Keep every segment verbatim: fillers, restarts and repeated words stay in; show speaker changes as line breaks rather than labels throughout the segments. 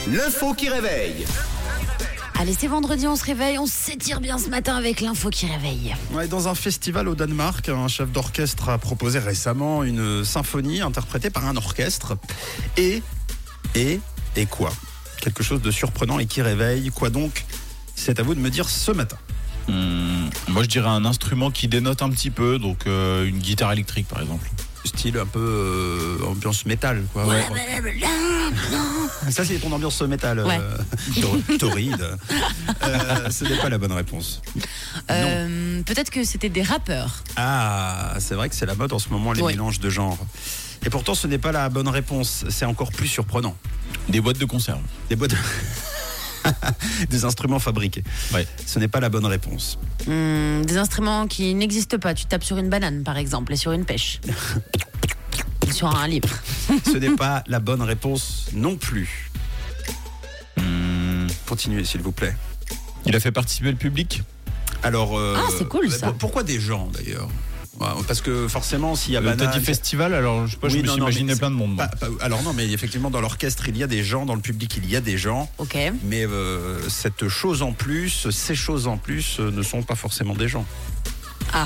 L'info qui réveille.
Allez, c'est vendredi, on se réveille, on s'étire bien ce matin avec l'info qui réveille.
Ouais, dans un festival au Danemark, un chef d'orchestre a proposé récemment une symphonie interprétée par un orchestre. Et, et, et quoi ? Quelque chose de surprenant et qui réveille. Quoi donc ? C'est à vous de me dire ce matin.
Hum, moi je dirais un instrument qui dénote un petit peu, donc euh, une guitare électrique par exemple.
Style un peu euh, ambiance métal, quoi.
Ouais.
Ça, c'est ton ambiance métal,
Ouais.
euh, tor- torride. Euh, ce n'est pas la bonne réponse.
Euh, peut-être que c'était des rappeurs.
Ah, c'est vrai que c'est la mode en ce moment, les
Ouais.
mélanges de genres. Et pourtant, ce n'est pas la bonne réponse. C'est encore plus surprenant.
Des boîtes de conserve.
Des boîtes. Des instruments fabriqués.
Ouais.
Ce n'est pas la bonne réponse.
Hum, des instruments qui n'existent pas. Tu tapes sur une banane, par exemple, et sur une pêche. Sur un livre.
Ce n'est pas la bonne réponse non plus.
Hum,
Continuez, s'il vous plaît.
il a fait participer le public.
Alors, euh,
Ah, c'est cool, ça.
pour- Pourquoi des gens, d'ailleurs ? Ouais, Parce que forcément, s'il y a
Euh, T'as
banane...
dit festival, alors je sais pas, je
Oui,
me
non,
suis
non,
imaginé
mais
plein de monde. moi.
Pas- pas- alors non, mais effectivement, dans l'orchestre, il y a des gens, dans le public, il y a des gens.
Ok.
Mais euh, cette chose en plus, ces choses en plus euh, ne sont pas forcément des gens.
Ah.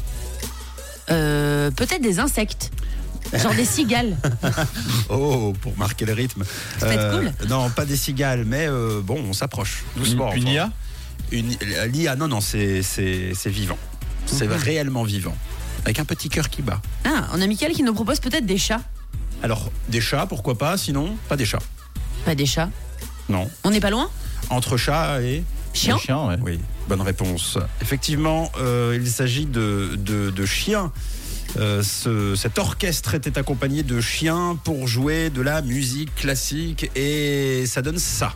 Euh, peut-être des insectes. Genre des cigales.
Oh, pour marquer le rythme.
Ça peut être cool.
Non, pas des cigales, mais euh, bon, on s'approche. Doucement.
Une, une
enfin.
I A.
Une L'I A, non, non, c'est, c'est, c'est vivant. C'est
Mhm.
réellement vivant. Avec un petit cœur qui bat.
Ah, on a Mickaël qui nous propose peut-être des chats.
Alors, des chats, pourquoi pas, sinon, pas des chats.
Pas des chats.
Non.
On n'est pas loin.
Entre chat et...
Chien.
Un chien, ouais.
Oui, bonne réponse. Effectivement, euh, il s'agit de, de, de chiens. Euh, ce, cet orchestre était accompagné de chiens pour jouer de la musique classique et ça donne ça.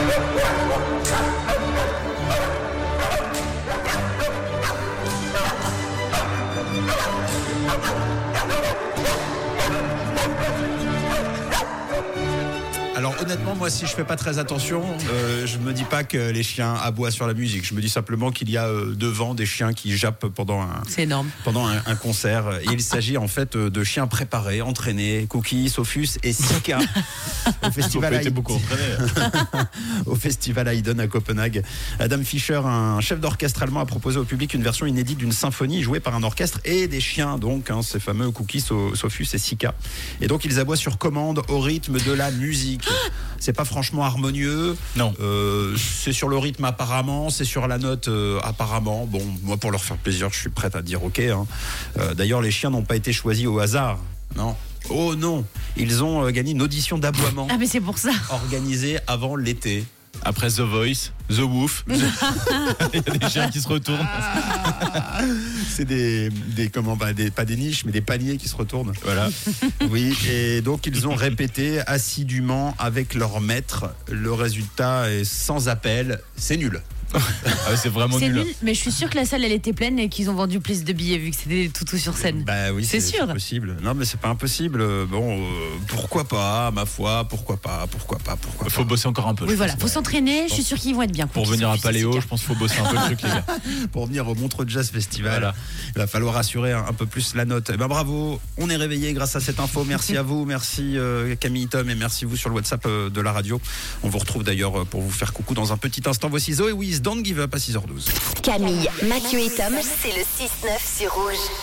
Alors honnêtement, moi, si je fais pas très attention, euh, je me dis pas que les chiens aboient sur la musique. Je me dis simplement qu'il y a euh, devant des chiens qui jappent pendant un,
C'est énorme.
pendant un, un concert. Et il s'agit en fait euh, de chiens préparés, entraînés, Cookie, Sophus et Sika au
Ils ont
festival,
pas été
Haydn-
beaucoup entraînés.
au festival Haydn à Copenhague. Adam Fischer, un chef d'orchestre allemand, a proposé au public une version inédite d'une symphonie jouée par un orchestre et des chiens, donc hein, ces fameux Cookie, So- Sophus et Sika. Et donc ils aboient sur commande au rythme de la musique. C'est pas franchement harmonieux.
Non.
Euh, c'est sur le rythme apparemment, c'est sur la note euh, apparemment. Bon, moi pour leur faire plaisir, je suis prêt à dire ok. Hein. Euh, d'ailleurs, les chiens n'ont pas été choisis au hasard. Non. Oh non, ils ont euh, gagné une audition d'aboiement
Ah, mais c'est pour ça.
organisée avant l'été.
Après The Voice, The Woof, il y a des chiens qui se retournent.
C'est des, des comment bah, des, pas des niches, mais des paniers qui se retournent.
Voilà.
Oui, et donc ils ont répété assidûment avec leur maître. Le résultat est sans appel, c'est nul.
Ah, c'est vraiment
C'est
nul.
nul, mais je suis sûre que la salle elle était pleine et qu'ils ont vendu plus de billets vu que c'était des toutous sur scène.
Bah oui,
C'est sûr.
possible. Non, mais c'est pas impossible. Bon, euh, pourquoi pas, ma foi, pourquoi pas, pourquoi pas, pourquoi
Il faut
pas.
bosser encore un peu.
Oui,
je
voilà,
pense.
faut s'entraîner. Je suis sûre qu'ils vont être bien.
Pour
Cookie,
venir à
Sophus et
Paléo,
Sika.
je pense qu'il faut bosser un peu le truc, les gars.
Pour venir au Montreux Jazz Festival,
Voilà.
il va falloir assurer un, un peu plus la note. Eh ben bravo, on est réveillé grâce à cette info. Merci à vous, merci euh, Camille, Tom, et merci vous sur le WhatsApp euh, de la radio. On vous retrouve d'ailleurs euh, pour vous faire coucou dans un petit instant. Voici Zoé Wiz, Don't Give Up à six heures douze.
Camille, Mathieu et Tom, c'est le six neuf sur Rouge.